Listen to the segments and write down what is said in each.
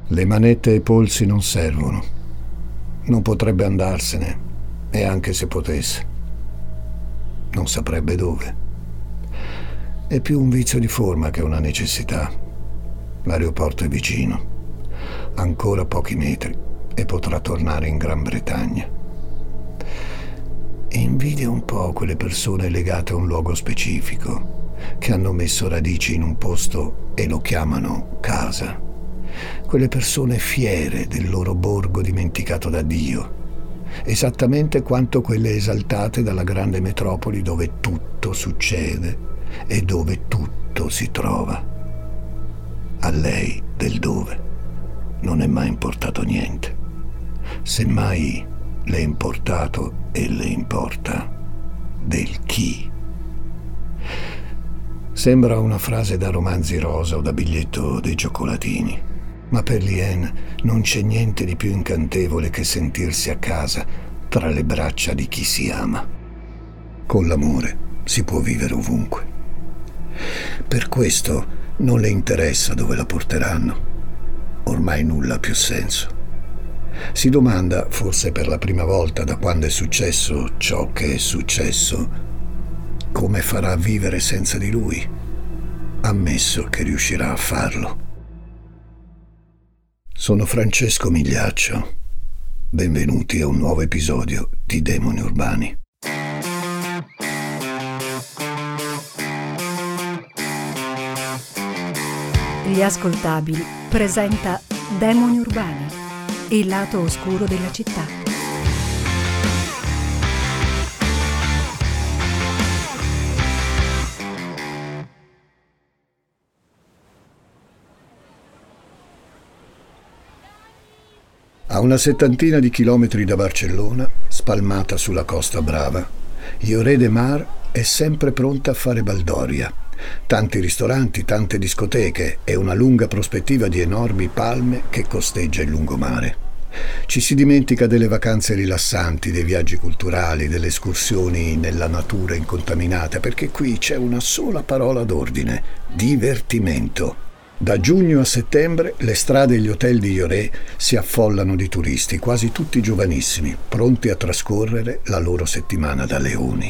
Le manette e i polsi non servono. Non potrebbe andarsene, e anche se potesse, non saprebbe dove. È più un vizio di forma che una necessità. L'aeroporto è vicino, ancora pochi metri, e potrà tornare in Gran Bretagna. E invidia un po' quelle persone legate a un luogo specifico, che hanno messo radici in un posto e lo chiamano casa. Quelle persone fiere del loro borgo dimenticato da Dio, esattamente quanto quelle esaltate dalla grande metropoli dove tutto succede e dove tutto si trova. A lei del dove non è mai importato niente. Semmai le è importato e le importa del chi. Sembra una frase da romanzi rosa o da biglietto dei cioccolatini, ma per Lien non c'è niente di più incantevole che sentirsi a casa tra le braccia di chi si ama. Con l'amore si può vivere ovunque. Per questo non le interessa dove la porteranno. Ormai nulla ha più senso. Si domanda, forse per la prima volta da quando è successo ciò che è successo, come farà a vivere senza di lui, ammesso che riuscirà a farlo. Sono Francesco Migliaccio. Benvenuti a un nuovo episodio di Demoni Urbani. Gli Ascoltabili presenta Demoni Urbani, il lato oscuro della città. A una 70 di chilometri da Barcellona, spalmata sulla Costa Brava, Lloret de Mar è sempre pronta a fare baldoria. Tanti ristoranti, tante discoteche e una lunga prospettiva di enormi palme che costeggia il lungomare. Ci si dimentica delle vacanze rilassanti, dei viaggi culturali, delle escursioni nella natura incontaminata, perché qui c'è una sola parola d'ordine: divertimento. Da giugno a settembre le strade e gli hotel di Lloret si affollano di turisti, quasi tutti giovanissimi, pronti a trascorrere la loro settimana da leoni.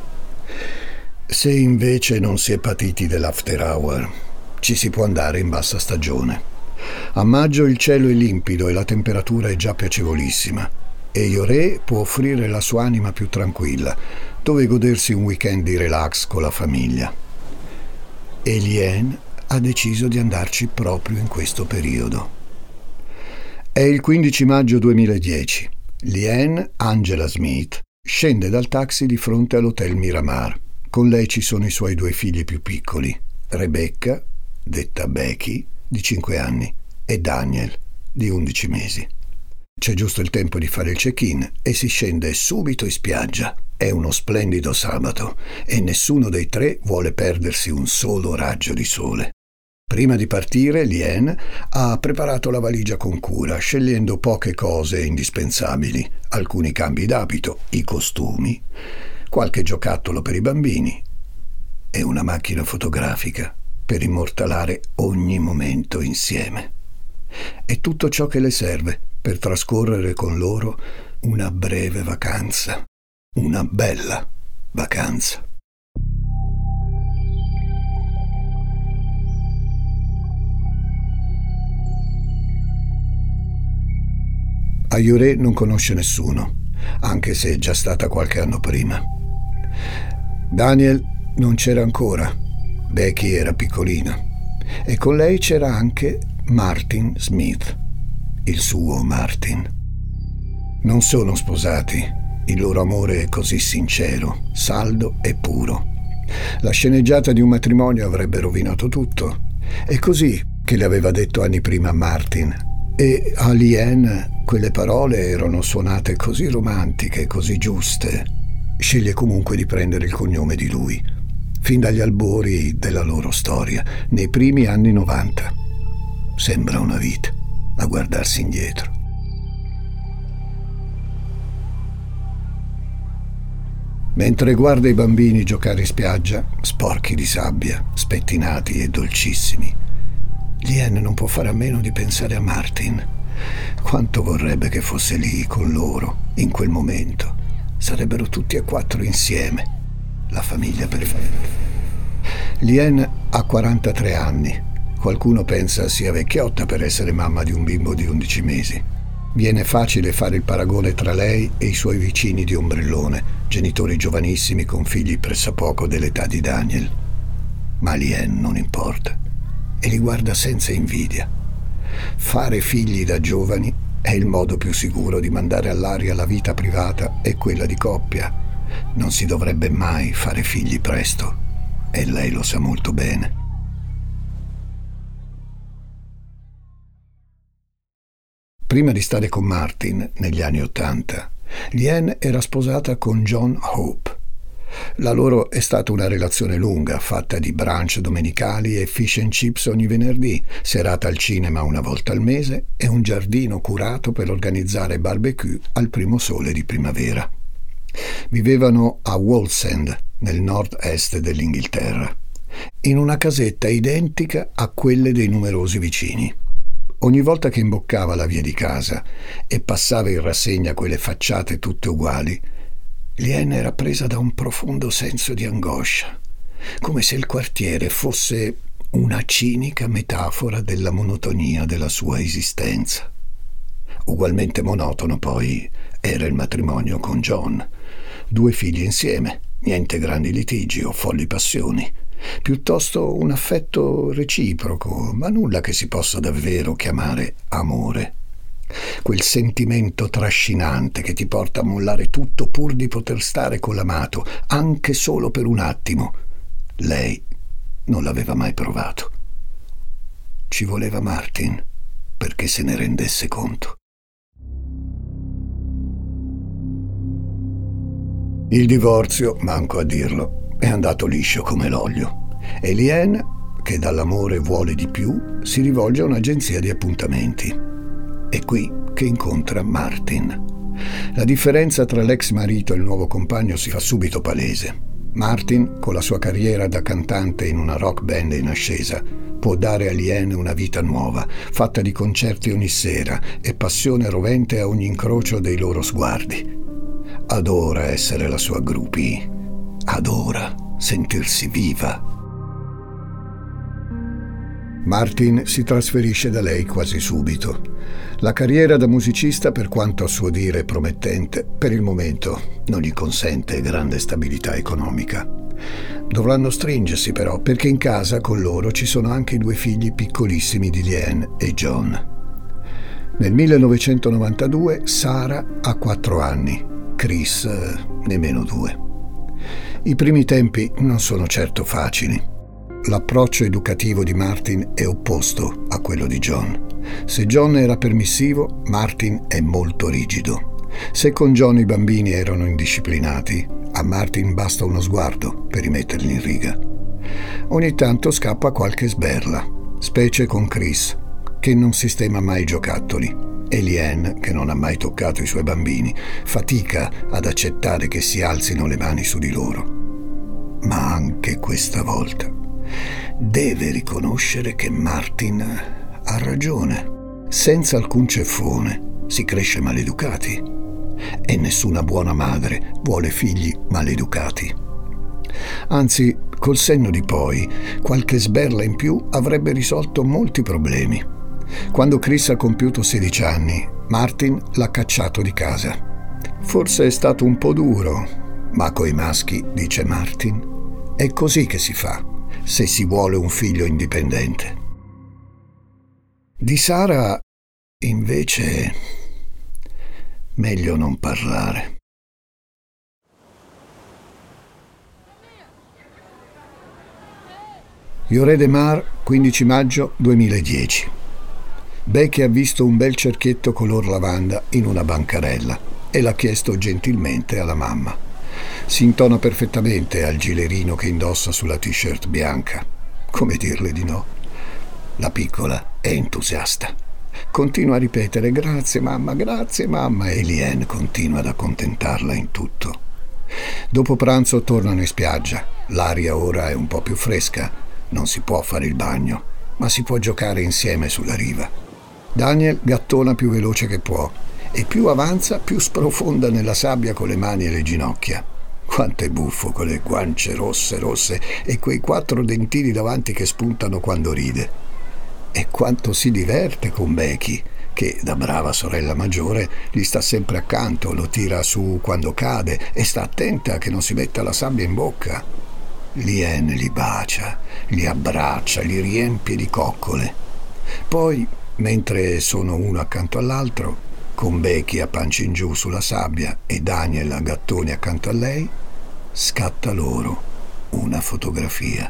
Se invece non si è patiti dell'after hour, ci si può andare in bassa stagione. A maggio il cielo è limpido e la temperatura è già piacevolissima, e Lloret può offrire la sua anima più tranquilla, dove godersi un weekend di relax con la famiglia. E Lien ha deciso di andarci proprio in questo periodo. È il 15 maggio 2010. Lien, Angela Smith, scende dal taxi di fronte all'hotel Miramar. Con lei ci sono i suoi 2 figli più piccoli, Rebecca, detta Becky, di 5 anni, e Daniel, di 11 mesi. C'è giusto il tempo di fare il check-in e si scende subito in spiaggia. È uno splendido sabato e nessuno dei 3 vuole perdersi un solo raggio di sole. Prima di partire, Lien ha preparato la valigia con cura, scegliendo poche cose indispensabili, alcuni cambi d'abito, i costumi, qualche giocattolo per i bambini e una macchina fotografica per immortalare ogni momento insieme. È tutto ciò che le serve per trascorrere con loro una breve vacanza, una bella vacanza. A Lloret non conosce nessuno, anche se è già stata qualche anno prima. Daniel non c'era ancora, Becky era piccolina, e con lei c'era anche Martin Smith, il suo Martin. Non sono sposati, il loro amore è così sincero, saldo e puro. La sceneggiata di un matrimonio avrebbe rovinato tutto. È così che le aveva detto anni prima Martin, e a Lien quelle parole erano suonate così romantiche, così giuste. Sceglie comunque di prendere il cognome di lui, fin dagli albori della loro storia, nei primi anni 90. Sembra una vita a guardarsi indietro. Mentre guarda i bambini giocare in spiaggia, sporchi di sabbia, spettinati e dolcissimi, Lien non può fare a meno di pensare a Martin. Quanto vorrebbe che fosse lì con loro, in quel momento. Sarebbero tutti e 4 insieme. La famiglia perfetta. Lien ha 43 anni. Qualcuno pensa sia vecchiotta per essere mamma di un bimbo di 11 mesi. Viene facile fare il paragone tra lei e i suoi vicini di ombrellone, genitori giovanissimi con figli pressappoco dell'età di Daniel. Ma a Lien non importa e li guarda senza invidia. Fare figli da giovani è il modo più sicuro di mandare all'aria la vita privata e quella di coppia. Non si dovrebbe mai fare figli presto e lei lo sa molto bene. Prima di stare con Martin, negli anni '80, Lien era sposata con John Hope. La loro è stata una relazione lunga, fatta di brunch domenicali e fish and chips ogni venerdì, serata al cinema una volta al mese e un giardino curato per organizzare barbecue al primo sole di primavera. Vivevano a Wallsend, nel nord-est dell'Inghilterra, in una casetta identica a quelle dei numerosi vicini. Ogni volta che imboccava la via di casa e passava in rassegna quelle facciate tutte uguali, Lien era presa da un profondo senso di angoscia, come se il quartiere fosse una cinica metafora della monotonia della sua esistenza. Ugualmente monotono, poi, era il matrimonio con John. 2 figli insieme, niente grandi litigi o folli passioni. Piuttosto un affetto reciproco, ma nulla che si possa davvero chiamare amore. Quel sentimento trascinante che ti porta a mollare tutto pur di poter stare con l'amato, anche solo per un attimo. Lei non l'aveva mai provato. Ci voleva Martin perché se ne rendesse conto. Il divorzio, manco a dirlo, è andato liscio come l'olio e Lien, che dall'amore vuole di più, si rivolge a un'agenzia di appuntamenti. È qui che incontra Martin. La differenza tra l'ex marito e il nuovo compagno si fa subito palese. Martin, con la sua carriera da cantante in una rock band in ascesa, può dare a Lien una vita nuova, fatta di concerti ogni sera e passione rovente a ogni incrocio dei loro sguardi. Adora essere la sua groupie. Adora sentirsi viva. Martin si trasferisce da lei quasi subito. La carriera da musicista, per quanto a suo dire promettente, per il momento non gli consente grande stabilità economica. Dovranno stringersi però, perché in casa con loro ci sono anche i 2 figli piccolissimi di Lien e John. Nel 1992 Sara ha 4 anni, Chris nemmeno 2. I primi tempi non sono certo facili. L'approccio educativo di Martin è opposto a quello di John. Se John era permissivo, Martin è molto rigido. Se con John i bambini erano indisciplinati, a Martin basta uno sguardo per rimetterli in riga. Ogni tanto scappa qualche sberla, specie con Chris, che non sistema mai i giocattoli, e Lien, che non ha mai toccato i suoi bambini, fatica ad accettare che si alzino le mani su di loro. Ma anche questa volta deve riconoscere che Martin ha ragione. Senza alcun ceffone si cresce maleducati e nessuna buona madre vuole figli maleducati. Anzi, col senno di poi, qualche sberla in più avrebbe risolto molti problemi. Quando Chris ha compiuto 16 anni, Martin l'ha cacciato di casa. Forse è stato un po' duro, ma coi maschi, dice Martin, è così che si fa se si vuole un figlio indipendente. Di Sara, invece, meglio non parlare. Lloret de Mar, 15 maggio 2010. Becky ha visto un bel cerchietto color lavanda in una bancarella e l'ha chiesto gentilmente alla mamma. Si intona perfettamente al gilerino che indossa sulla t-shirt bianca. Come dirle di no? La piccola è entusiasta. Continua a ripetere grazie mamma, e Lien continua ad accontentarla in tutto. Dopo pranzo tornano in spiaggia. L'aria ora è un po' più fresca. Non si può fare il bagno. ma si può giocare insieme sulla riva. Daniel gattona più veloce che può e più avanza più sprofonda nella sabbia con le mani e le ginocchia. Quanto è buffo con le guance rosse e quei 4 dentini davanti che spuntano quando ride. E quanto si diverte con Becky, che da brava sorella maggiore gli sta sempre accanto, lo tira su quando cade e sta attenta che non si metta la sabbia in bocca. Lien li bacia, li abbraccia, li riempie di coccole. Poi, mentre sono uno accanto all'altro, con Becky a pancia in giù sulla sabbia e Daniel a gattoni accanto a lei, scatta loro una fotografia.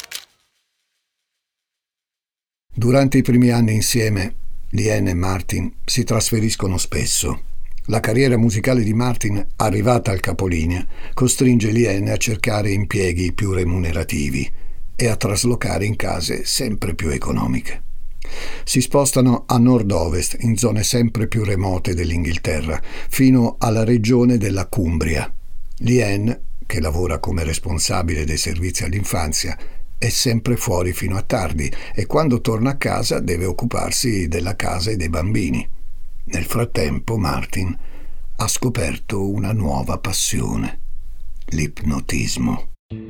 Durante i primi anni insieme, Lien e Martin si trasferiscono spesso. La carriera musicale di Martin, arrivata al capolinea, costringe Lien a cercare impieghi più remunerativi e a traslocare in case sempre più economiche. Si spostano a nord-ovest, in zone sempre più remote dell'Inghilterra, fino alla regione della Cumbria. Lien, che lavora come responsabile dei servizi all'infanzia, è sempre fuori fino a tardi e quando torna a casa deve occuparsi della casa e dei bambini. Nel frattempo Martin ha scoperto una nuova passione: l'ipnotismo.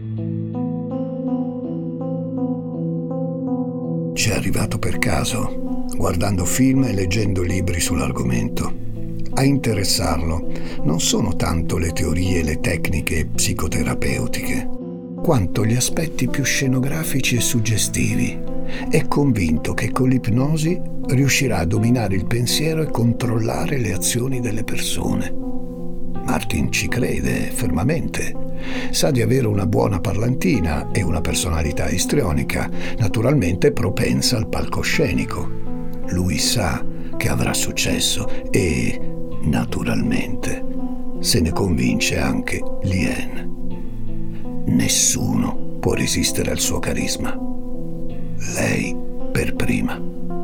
Ci è arrivato per caso, guardando film e leggendo libri sull'argomento. A interessarlo non sono tanto le teorie e le tecniche psicoterapeutiche, quanto gli aspetti più scenografici e suggestivi. È convinto che con l'ipnosi riuscirà a dominare il pensiero e controllare le azioni delle persone. Martin ci crede fermamente. Sa di avere una buona parlantina e una personalità istrionica, naturalmente propensa al palcoscenico. Lui sa che avrà successo e, naturalmente, se ne convince anche Lien. Nessuno può resistere al suo carisma. Lei per prima.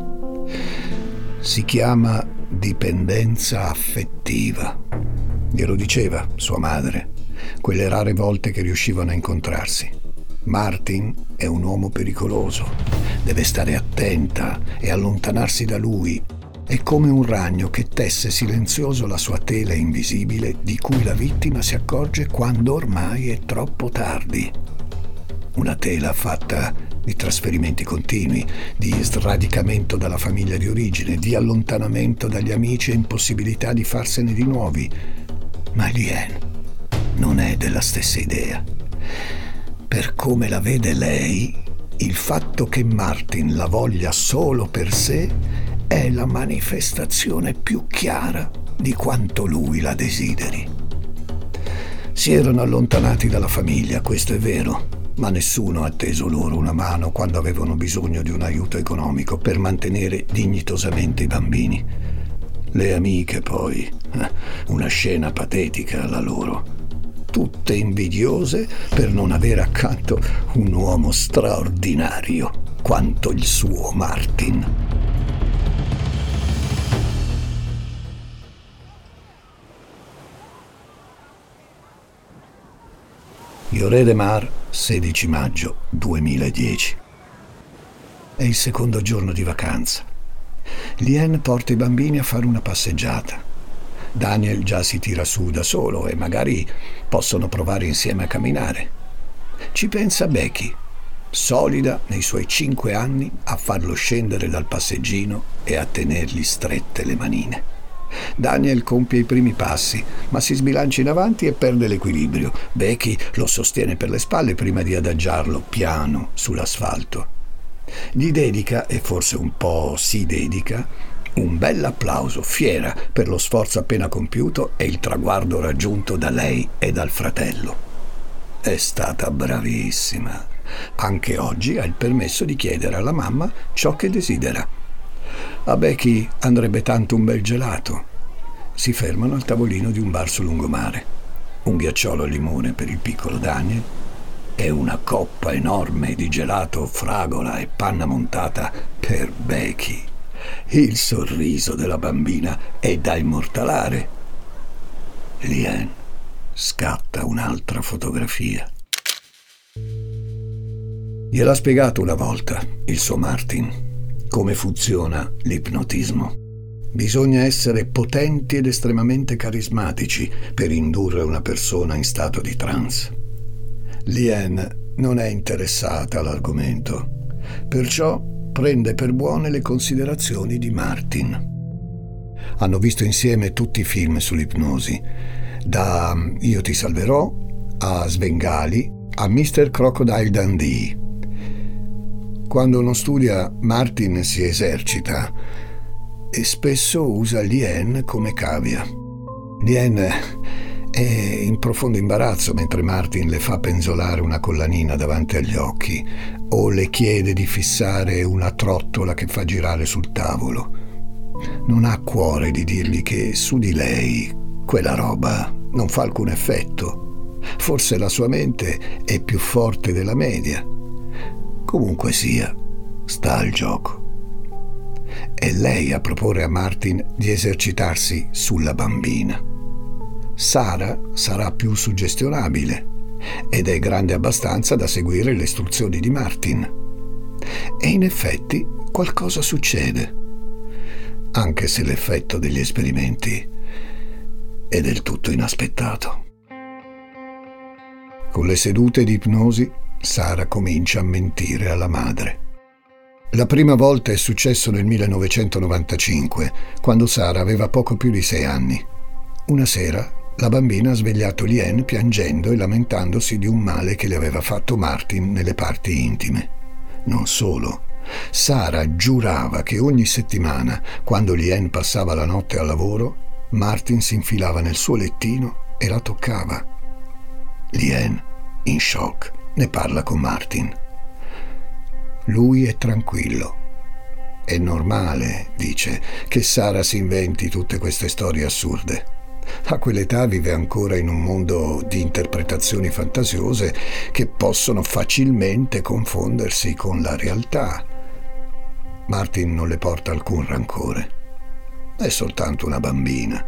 Si chiama dipendenza affettiva. Glielo diceva sua madre, quelle rare volte che riuscivano a incontrarsi. Martin è un uomo pericoloso, deve stare attenta e allontanarsi da lui. È come un ragno che tesse silenzioso la sua tela invisibile di cui la vittima si accorge quando ormai è troppo tardi. Una tela fatta di trasferimenti continui, di sradicamento dalla famiglia di origine, di allontanamento dagli amici e impossibilità di farsene di nuovi. Ma Lien non è della stessa idea. Per come la vede lei, il fatto che Martin la voglia solo per sé è la manifestazione più chiara di quanto lui la desideri. Si erano allontanati dalla famiglia, questo è vero, ma nessuno ha teso loro una mano quando avevano bisogno di un aiuto economico per mantenere dignitosamente i bambini. Le amiche poi, una scena patetica la loro, tutte invidiose per non avere accanto un uomo straordinario quanto il suo Martin. Lloret de Mar, 16 maggio 2010. È il secondo giorno di vacanza. Lien porta i bambini a fare una passeggiata. Daniel già si tira su da solo e magari possono provare insieme a camminare. Ci pensa Becky, solida nei suoi 5 anni, a farlo scendere dal passeggino e a tenergli strette le manine. Daniel compie i primi passi, ma si sbilancia in avanti e perde l'equilibrio. Becky lo sostiene per le spalle prima di adagiarlo piano sull'asfalto. Gli dedica, e forse un po' si dedica, un bel applauso, fiera per lo sforzo appena compiuto e il traguardo raggiunto da lei e dal fratello. È stata bravissima. Anche oggi ha il permesso di chiedere alla mamma ciò che desidera. A Becky andrebbe tanto un bel gelato. Si fermano al tavolino di un bar sul lungomare. Un ghiacciolo al limone per il piccolo Daniel e una coppa enorme di gelato, fragola e panna montata per Becky. Il sorriso della bambina è da immortalare. Lien scatta un'altra fotografia. Gliel'ha spiegato una volta il suo Martin come funziona l'ipnotismo. Bisogna essere potenti ed estremamente carismatici per indurre una persona in stato di trance. Lien non è interessata all'argomento, perciò prende per buone le considerazioni di Martin. Hanno visto insieme tutti i film sull'ipnosi, da Io ti salverò a Svengali a Mr. Crocodile Dundee. Quando uno studia, Martin si esercita e spesso usa Lien come cavia. Lien è in profondo imbarazzo mentre Martin le fa penzolare una collanina davanti agli occhi o le chiede di fissare una trottola che fa girare sul tavolo. Non ha cuore di dirgli che su di lei quella roba non fa alcun effetto. Forse la sua mente è più forte della media. Comunque sia, sta al gioco. È lei a proporre a Martin di esercitarsi sulla bambina. Sara sarà più suggestionabile ed è grande abbastanza da seguire le istruzioni di Martin. E in effetti qualcosa succede, anche se l'effetto degli esperimenti è del tutto inaspettato. Con le sedute di ipnosi, Sara comincia a mentire alla madre. La prima volta è successo nel 1995, quando Sara aveva poco più di 6 anni. Una sera la bambina ha svegliato Lien piangendo e lamentandosi di un male che le aveva fatto Martin nelle parti intime. Non solo, Sara giurava che ogni settimana, quando Lien passava la notte al lavoro, Martin si infilava nel suo lettino e la toccava. Lien, in shock, ne parla con Martin. Lui è tranquillo. È normale, dice, che Sara si inventi tutte queste storie assurde. A quell'età vive ancora in un mondo di interpretazioni fantasiose che possono facilmente confondersi con la realtà. Martin non le porta alcun rancore. È soltanto una bambina.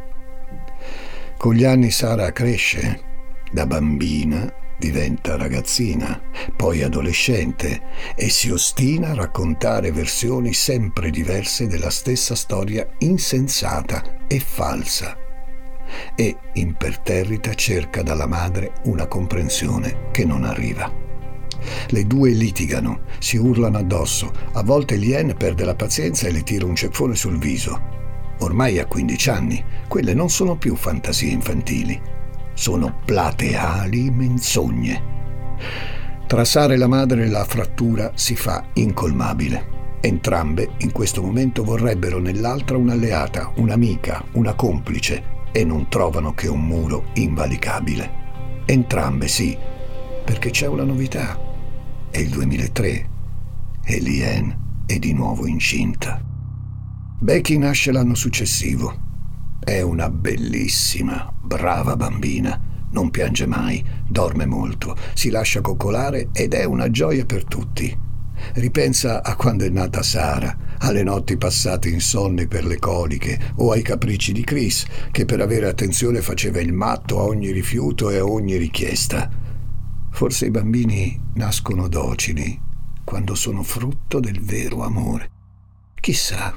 Con gli anni Sara cresce. Da bambina diventa ragazzina, poi adolescente e si ostina a raccontare versioni sempre diverse della stessa storia insensata e falsa. E imperterrita cerca dalla madre una comprensione che non arriva. Le due litigano, si urlano addosso, a volte Lien perde la pazienza e le tira un ceffone sul viso. Ormai ha 15 anni, quelle non sono più fantasie infantili, sono plateali menzogne. Tra Sara e la madre la frattura si fa incolmabile. Entrambe in questo momento vorrebbero nell'altra un'alleata, un'amica, una complice, e non trovano che un muro invalicabile. Entrambe sì, perché c'è una novità. È il 2003 e Lien è di nuovo incinta. Becky nasce l'anno successivo. È una bellissima, brava bambina. Non piange mai, dorme molto, si lascia coccolare ed è una gioia per tutti. Ripensa a quando è nata Sara, alle notti passate insonni per le coliche o ai capricci di Chris, che per avere attenzione faceva il matto a ogni rifiuto e a ogni richiesta. Forse i bambini nascono docili quando sono frutto del vero amore. Chissà.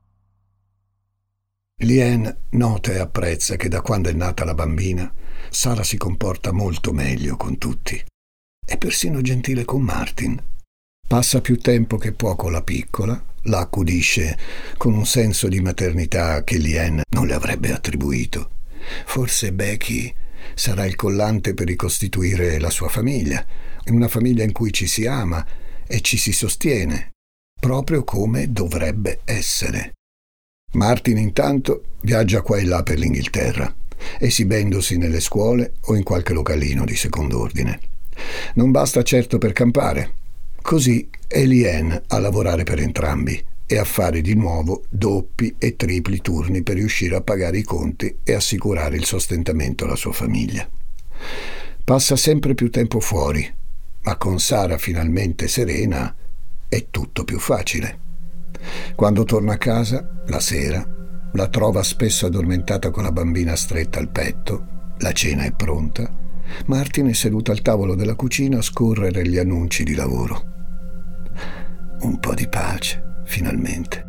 Lien nota e apprezza che da quando è nata la bambina, Sara si comporta molto meglio con tutti. È persino gentile con Martin. Passa più tempo che può con la piccola, la accudisce con un senso di maternità che Lien non le avrebbe attribuito. Forse Becky sarà il collante per ricostituire la sua famiglia, una famiglia in cui ci si ama e ci si sostiene, proprio come dovrebbe essere. Martin intanto viaggia qua e là per l'Inghilterra, esibendosi nelle scuole o in qualche localino di secondo ordine. Non basta certo per campare. Così è Lien a lavorare per entrambi e a fare di nuovo doppi e tripli turni per riuscire a pagare i conti e assicurare il sostentamento alla sua famiglia. Passa sempre più tempo fuori, ma con Sara finalmente serena è tutto più facile. Quando torna a casa, la sera, la trova spesso addormentata con la bambina stretta al petto, la cena è pronta, Martin è seduto al tavolo della cucina a scorrere gli annunci di lavoro. Un po' di pace, finalmente.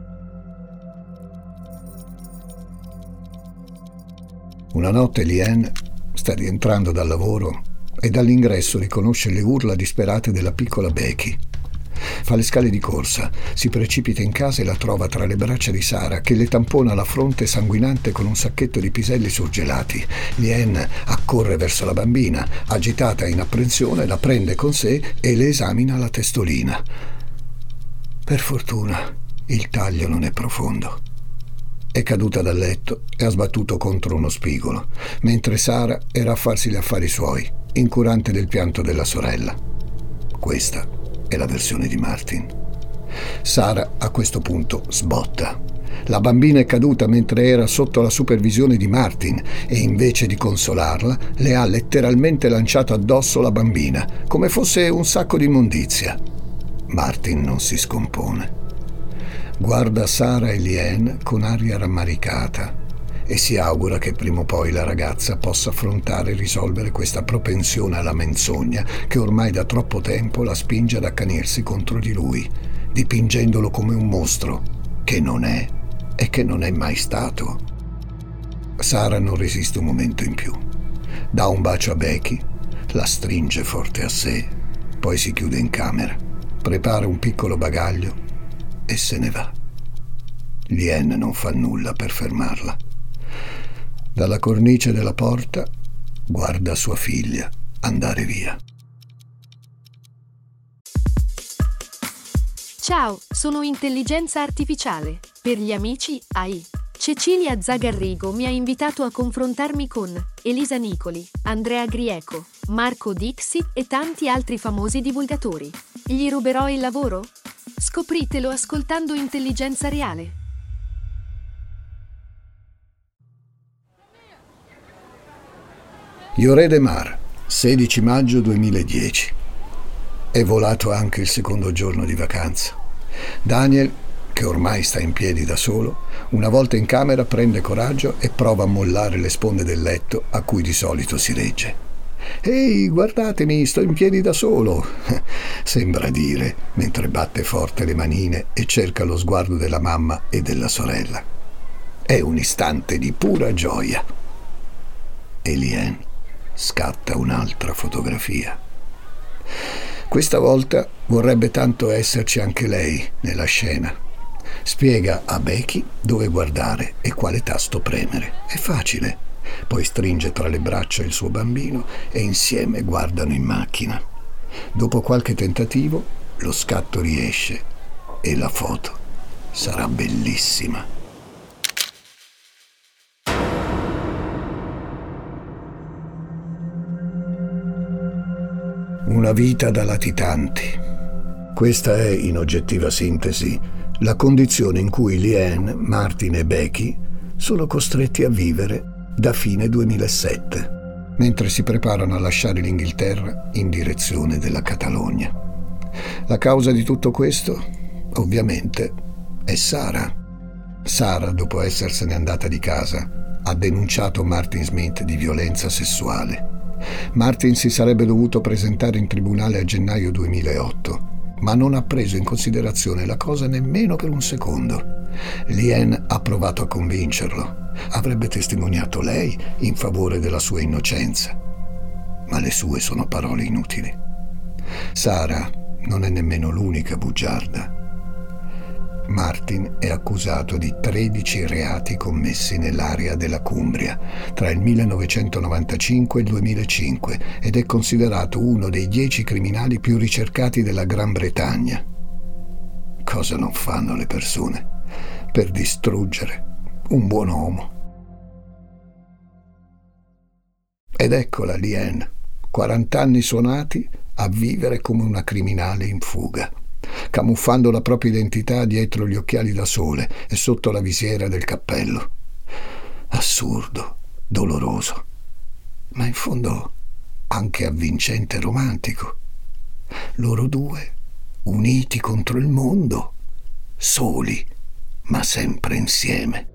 Una notte Lien sta rientrando dal lavoro e dall'ingresso riconosce le urla disperate della piccola Becky. Fa le scale di corsa, si precipita in casa e la trova tra le braccia di Sara, che le tampona la fronte sanguinante con un sacchetto di piselli surgelati. Lien accorre verso la bambina, agitata e in apprensione, la prende con sé e le esamina la testolina. Per fortuna il taglio non è profondo. È caduta dal letto e ha sbattuto contro uno spigolo, mentre Sara era a farsi gli affari suoi, incurante del pianto della sorella. Questa è la versione di Martin. Sara a questo punto sbotta. La bambina è caduta mentre era sotto la supervisione di Martin e invece di consolarla le ha letteralmente lanciato addosso la bambina, come fosse un sacco di immondizia. Martin non si scompone. Guarda Sara e Lien con aria rammaricata e si augura che prima o poi la ragazza possa affrontare e risolvere questa propensione alla menzogna che ormai da troppo tempo la spinge ad accanirsi contro di lui, dipingendolo come un mostro che non è e che non è mai stato. Sara non resiste un momento in più. Dà un bacio a Becky, la stringe forte a sé, poi si chiude in camera, prepara un piccolo bagaglio e se ne va. Lien non fa nulla per fermarla. Dalla cornice della porta guarda sua figlia andare via. Ciao, sono intelligenza artificiale. Per gli amici, AI. Cecilia Zagarrigo mi ha invitato a confrontarmi con Elisa Nicoli, Andrea Grieco, Marco Dixi e tanti altri famosi divulgatori. Gli ruberò il lavoro? Scopritelo ascoltando Intelligenza Reale. Lloret de Mar, 16 maggio 2010. È volato anche il secondo giorno di vacanza. Daniel, che ormai sta in piedi da solo, una volta in camera prende coraggio e prova a mollare le sponde del letto a cui di solito si regge. «Ehi, guardatemi, sto in piedi da solo!» sembra dire, mentre batte forte le manine e cerca lo sguardo della mamma e della sorella. È un istante di pura gioia. E Lien scatta un'altra fotografia. Questa volta vorrebbe tanto esserci anche lei nella scena. Spiega a Becky dove guardare e quale tasto premere. È facile. Poi stringe tra le braccia il suo bambino e insieme guardano in macchina. Dopo qualche tentativo, lo scatto riesce e la foto sarà bellissima. Una vita da latitanti. Questa è, in oggettiva sintesi, la condizione in cui Lien, Martin e Becky sono costretti a vivere da fine 2007, mentre si preparano a lasciare l'Inghilterra in direzione della Catalogna. La causa di tutto questo, ovviamente, è Sara. Sara, dopo essersene andata di casa, ha denunciato Martin Smith di violenza sessuale. Martin si sarebbe dovuto presentare in tribunale a gennaio 2008, ma non ha preso in considerazione la cosa nemmeno per un secondo. Lien ha provato a convincerlo. Avrebbe testimoniato lei in favore della sua innocenza, ma le sue sono parole inutili. Sara non è nemmeno l'unica bugiarda. Martin è accusato di 13 reati commessi nell'area della Cumbria tra il 1995 e il 2005 ed è considerato uno dei 10 criminali più ricercati della Gran Bretagna. Cosa non fanno le persone per distruggere un buon uomo? Ed eccola Lien, 40 anni suonati, a vivere come una criminale in fuga, camuffando la propria identità dietro gli occhiali da sole e sotto la visiera del cappello. Assurdo, doloroso, ma in fondo anche avvincente e romantico. Loro due, uniti contro il mondo, soli, ma sempre insieme.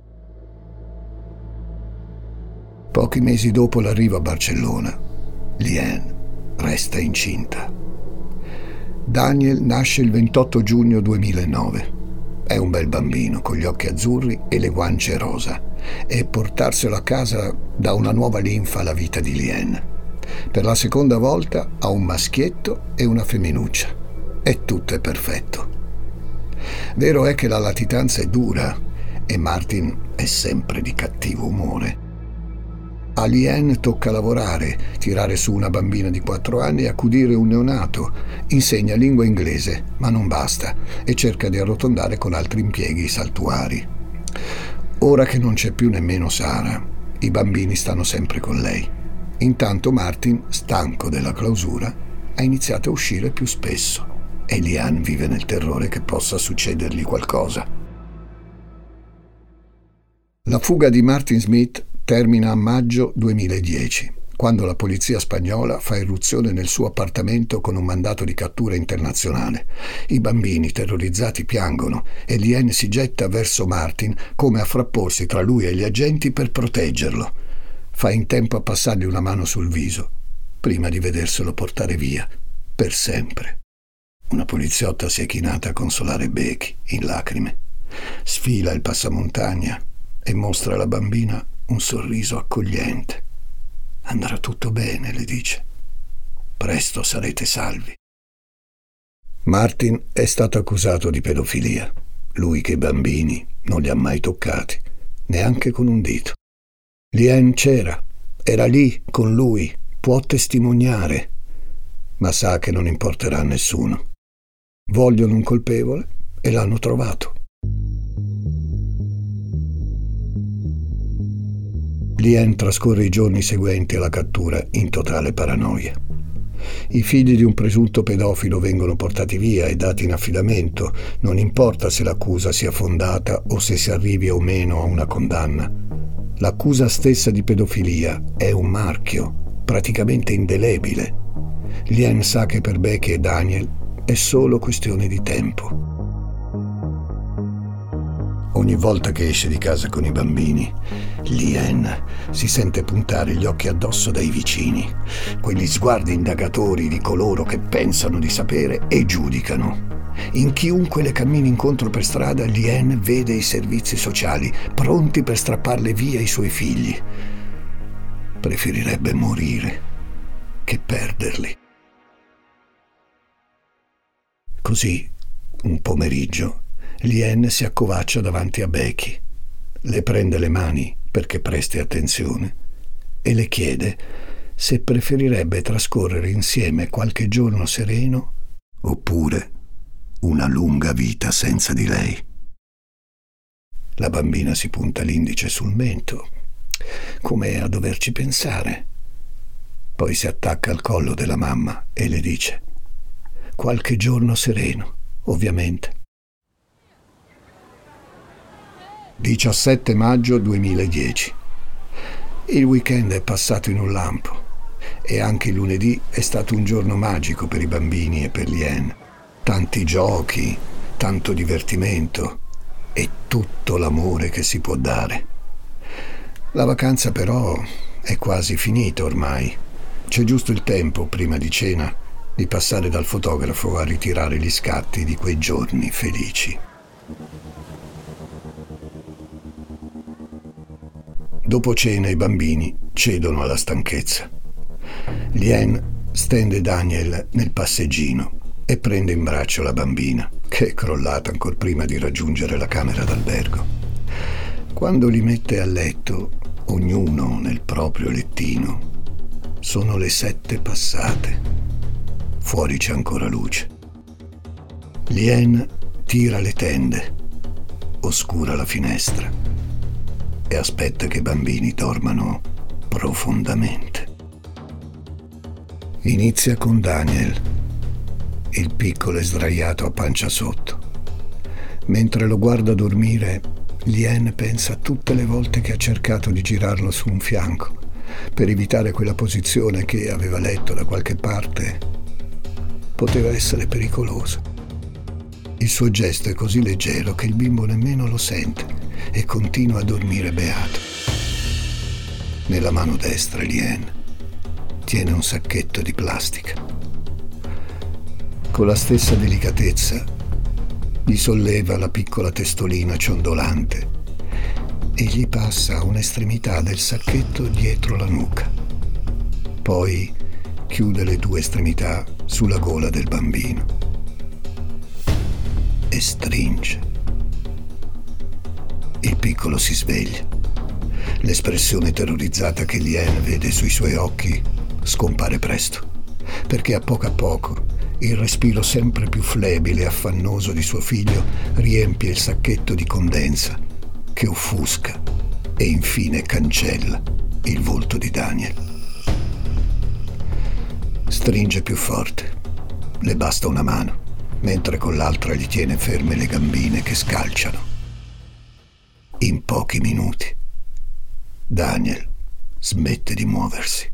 Pochi mesi dopo l'arrivo a Barcellona, Lien resta incinta. Daniel nasce il 28 giugno 2009. È un bel bambino con gli occhi azzurri e le guance rosa, e portarselo a casa dà una nuova linfa alla vita di Lien. Per la seconda volta ha un maschietto e una femminuccia, e tutto è perfetto. Vero è che la latitanza è dura e Martin è sempre di cattivo umore. A Lien tocca lavorare, tirare su una bambina di 4 anni e accudire un neonato. Insegna lingua inglese, ma non basta, e cerca di arrotondare con altri impieghi saltuari. Ora che non c'è più nemmeno Sara, i bambini stanno sempre con lei. Intanto Martin, stanco della clausura, ha iniziato a uscire più spesso e Lien vive nel terrore che possa succedergli qualcosa. La fuga di Martin Smith termina a maggio 2010, quando la polizia spagnola fa irruzione nel suo appartamento con un mandato di cattura internazionale. I bambini, terrorizzati, piangono e Lien si getta verso Martin come a frapporsi tra lui e gli agenti per proteggerlo. Fa in tempo a passargli una mano sul viso, prima di vederselo portare via, per sempre. Una poliziotta si è chinata a consolare Becky, in lacrime. Sfila il passamontagna e mostra alla bambina un sorriso accogliente. Andrà tutto bene, le dice. Presto sarete salvi. Martin è stato accusato di pedofilia. Lui che i bambini non li ha mai toccati, neanche con un dito. Lien c'era, era lì con lui, può testimoniare, ma sa che non importerà a nessuno. Vogliono un colpevole e l'hanno trovato. Lien trascorre i giorni seguenti alla cattura in totale paranoia. I figli di un presunto pedofilo vengono portati via e dati in affidamento, non importa se l'accusa sia fondata o se si arrivi o meno a una condanna. L'accusa stessa di pedofilia è un marchio, praticamente indelebile. Lien sa che per Becky e Daniel è solo questione di tempo. Ogni volta che esce di casa con i bambini, Lien si sente puntare gli occhi addosso dai vicini, quegli sguardi indagatori di coloro che pensano di sapere e giudicano. In chiunque le cammini incontro per strada, Lien vede i servizi sociali, pronti per strapparle via i suoi figli. Preferirebbe morire che perderli. Così, un pomeriggio, Lien si accovaccia davanti a Becky, le prende le mani perché presti attenzione e le chiede se preferirebbe trascorrere insieme qualche giorno sereno oppure una lunga vita senza di lei. La bambina si punta l'indice sul mento, come a doverci pensare. Poi si attacca al collo della mamma e le dice: qualche giorno sereno, ovviamente. 17 maggio 2010. Il weekend è passato in un lampo e anche il lunedì è stato un giorno magico per i bambini e per Lien. Tanti giochi, tanto divertimento e tutto l'amore che si può dare. La vacanza però è quasi finita ormai. C'è giusto il tempo, prima di cena, di passare dal fotografo a ritirare gli scatti di quei giorni felici. Dopo cena i bambini cedono alla stanchezza. Lien stende Daniel nel passeggino e prende in braccio la bambina, che è crollata ancor prima di raggiungere la camera d'albergo. Quando li mette a letto, ognuno nel proprio lettino, sono le 7 passate. Fuori c'è ancora luce. Lien tira le tende, oscura la finestra e aspetta che i bambini dormano profondamente. Inizia con Daniel. Il piccolo è sdraiato a pancia sotto. Mentre lo guarda dormire, Lien pensa a tutte le volte che ha cercato di girarlo su un fianco per evitare quella posizione che, aveva letto da qualche parte, poteva essere pericolosa. Il suo gesto è così leggero che il bimbo nemmeno lo sente e continua a dormire beato. Nella mano destra Lien tiene un sacchetto di plastica. Con la stessa delicatezza gli solleva la piccola testolina ciondolante e gli passa un'estremità del sacchetto dietro la nuca. Poi chiude le due estremità sulla gola del bambino e stringe. Il piccolo si sveglia. L'espressione terrorizzata che Lien vede sui suoi occhi scompare presto, perché a poco il respiro sempre più flebile e affannoso di suo figlio riempie il sacchetto di condensa che offusca e infine cancella il volto di Daniel. Stringe più forte, le basta una mano, mentre con l'altra gli tiene ferme le gambine che scalciano. In pochi minuti Daniel smette di muoversi.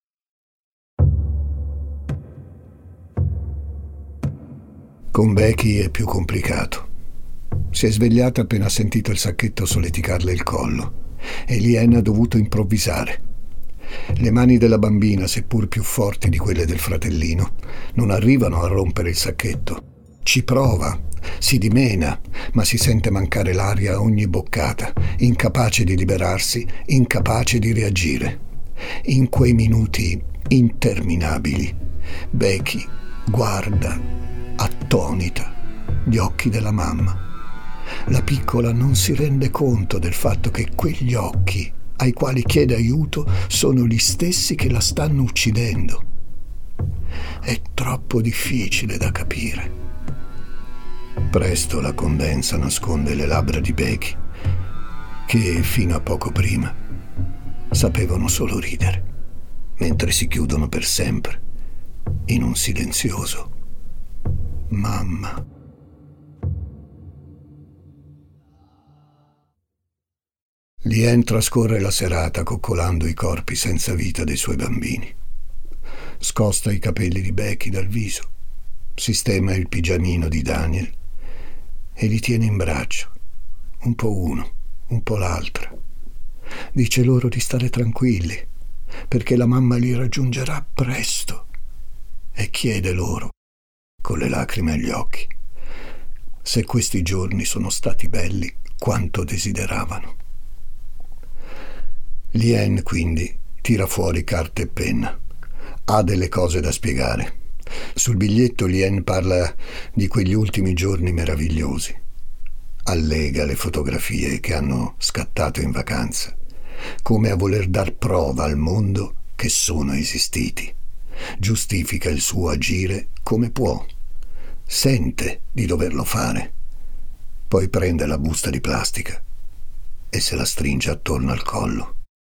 Con Becky è più complicato. Si è svegliata appena ha sentito il sacchetto solleticarle il collo e Lien ha dovuto improvvisare. Le mani della bambina, seppur più forti di quelle del fratellino, non arrivano a rompere il sacchetto. Ci prova, si dimena, ma si sente mancare l'aria a ogni boccata, incapace di liberarsi, incapace di reagire. In quei minuti interminabili, Becky guarda, attonita, gli occhi della mamma. La piccola non si rende conto del fatto che quegli occhi ai quali chiede aiuto sono gli stessi che la stanno uccidendo. È troppo difficile da capire. Presto la condensa nasconde le labbra di Becky, che fino a poco prima sapevano solo ridere, mentre si chiudono per sempre in un silenzioso mamma. Lien trascorre la serata coccolando i corpi senza vita dei suoi bambini. Scosta i capelli di Becky dal viso, sistema il pigiamino di Daniel e li tiene in braccio, un po' uno, un po' l'altra. Dice loro di stare tranquilli, perché la mamma li raggiungerà presto, e chiede loro, con le lacrime agli occhi, se questi giorni sono stati belli quanto desideravano. Lien quindi tira fuori carta e penna. Ha delle cose da spiegare. Sul biglietto Lien parla di quegli ultimi giorni meravigliosi. Allega le fotografie che hanno scattato in vacanza, come a voler dar prova al mondo che sono esistiti. Giustifica il suo agire come può. Sente di doverlo fare. Poi prende la busta di plastica e se la stringe attorno al collo.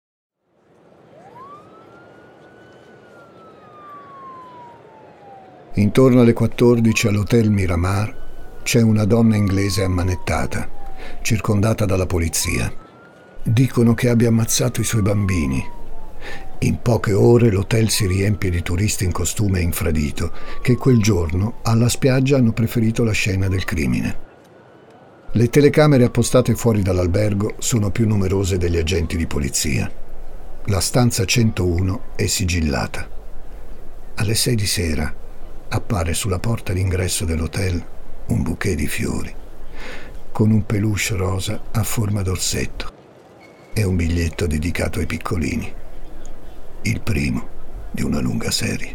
Intorno alle 14 all'Hotel Miramar c'è una donna inglese ammanettata, circondata dalla polizia. Dicono che abbia ammazzato i suoi bambini. In poche ore l'hotel si riempie di turisti in costume infradito che quel giorno alla spiaggia hanno preferito la scena del crimine. Le telecamere appostate fuori dall'albergo sono più numerose degli agenti di polizia. La stanza 101 è sigillata. Alle 6 di sera appare sulla porta d'ingresso dell'hotel un bouquet di fiori, con un peluche rosa a forma d'orsetto e un biglietto dedicato ai piccolini, il primo di una lunga serie.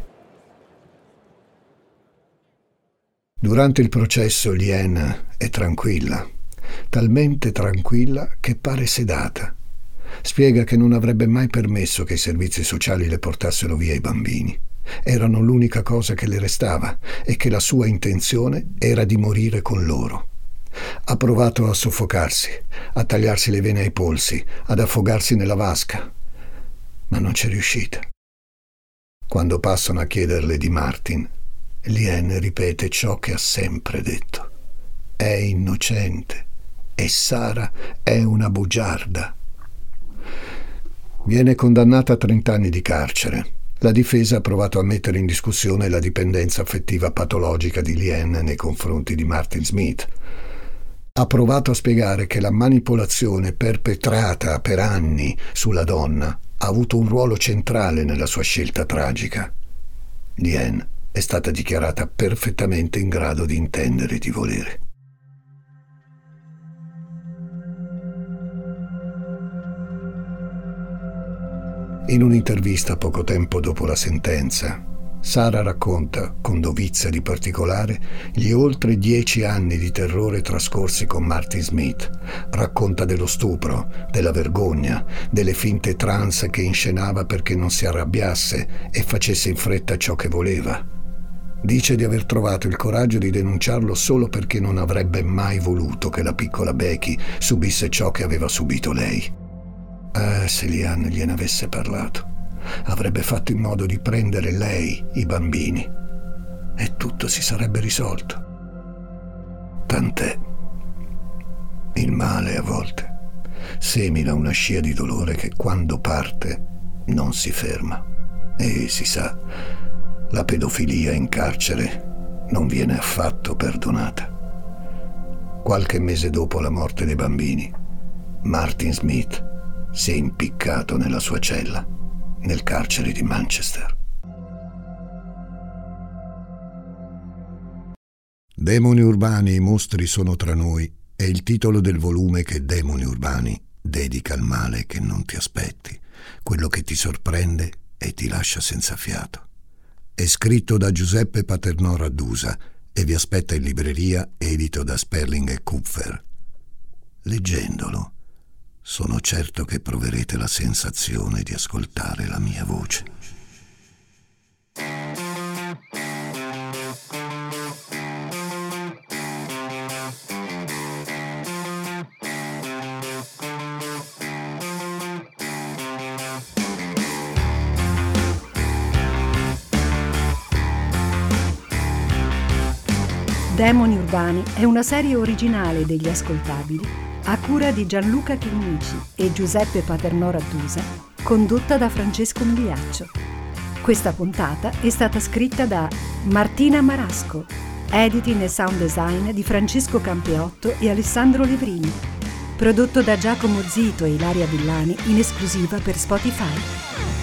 Durante il processo Lien è tranquilla, talmente tranquilla che pare sedata. Spiega che non avrebbe mai permesso che i servizi sociali le portassero via i bambini. Erano l'unica cosa che le restava e che la sua intenzione era di morire con loro. Ha provato a soffocarsi, a tagliarsi le vene ai polsi, ad affogarsi nella vasca, ma non c'è riuscita. Quando passano a chiederle di Martin, Lien ripete ciò che ha sempre detto. È innocente e Sara è una bugiarda. Viene condannata a 30 anni di carcere. La difesa ha provato a mettere in discussione la dipendenza affettiva patologica di Lien nei confronti di Martin Smith. Ha provato a spiegare che la manipolazione perpetrata per anni sulla donna ha avuto un ruolo centrale nella sua scelta tragica. Lien è stata dichiarata perfettamente in grado di intendere e di volere. In un'intervista poco tempo dopo la sentenza, Sara racconta, con dovizia di particolare, gli oltre 10 anni di terrore trascorsi con Martin Smith. Racconta dello stupro, della vergogna, delle finte trance che inscenava perché non si arrabbiasse e facesse in fretta ciò che voleva. Dice di aver trovato il coraggio di denunciarlo solo perché non avrebbe mai voluto che la piccola Becky subisse ciò che aveva subito lei. Se Liane gliene avesse parlato, avrebbe fatto in modo di prendere lei i bambini e tutto si sarebbe risolto. Tant'è. Il male a volte semina una scia di dolore che quando parte non si ferma. E si sa, la pedofilia in carcere non viene affatto perdonata. Qualche mese dopo la morte dei bambini, Martin Smith si è impiccato nella sua cella, nel carcere di Manchester. Demoni urbani, i mostri sono tra noi è il titolo del volume che Demoni urbani dedica al male che non ti aspetti, quello che ti sorprende e ti lascia senza fiato. È scritto da Giuseppe Paternò Raddusa e vi aspetta in libreria, edito da Sperling e Kupfer. Leggendolo, sono certo che proverete la sensazione di ascoltare la mia voce. Demoni urbani è una serie originale degli Ascoltabili a cura di Gianluca Chinnici e Giuseppe Paternò Raddusa, condotta da Francesco Migliaccio. Questa puntata è stata scritta da Martina Marasco, editing e sound design di Francesco Campeotto e Alessandro Levrini, prodotto da Giacomo Zito e Ilaria Villani in esclusiva per Spotify.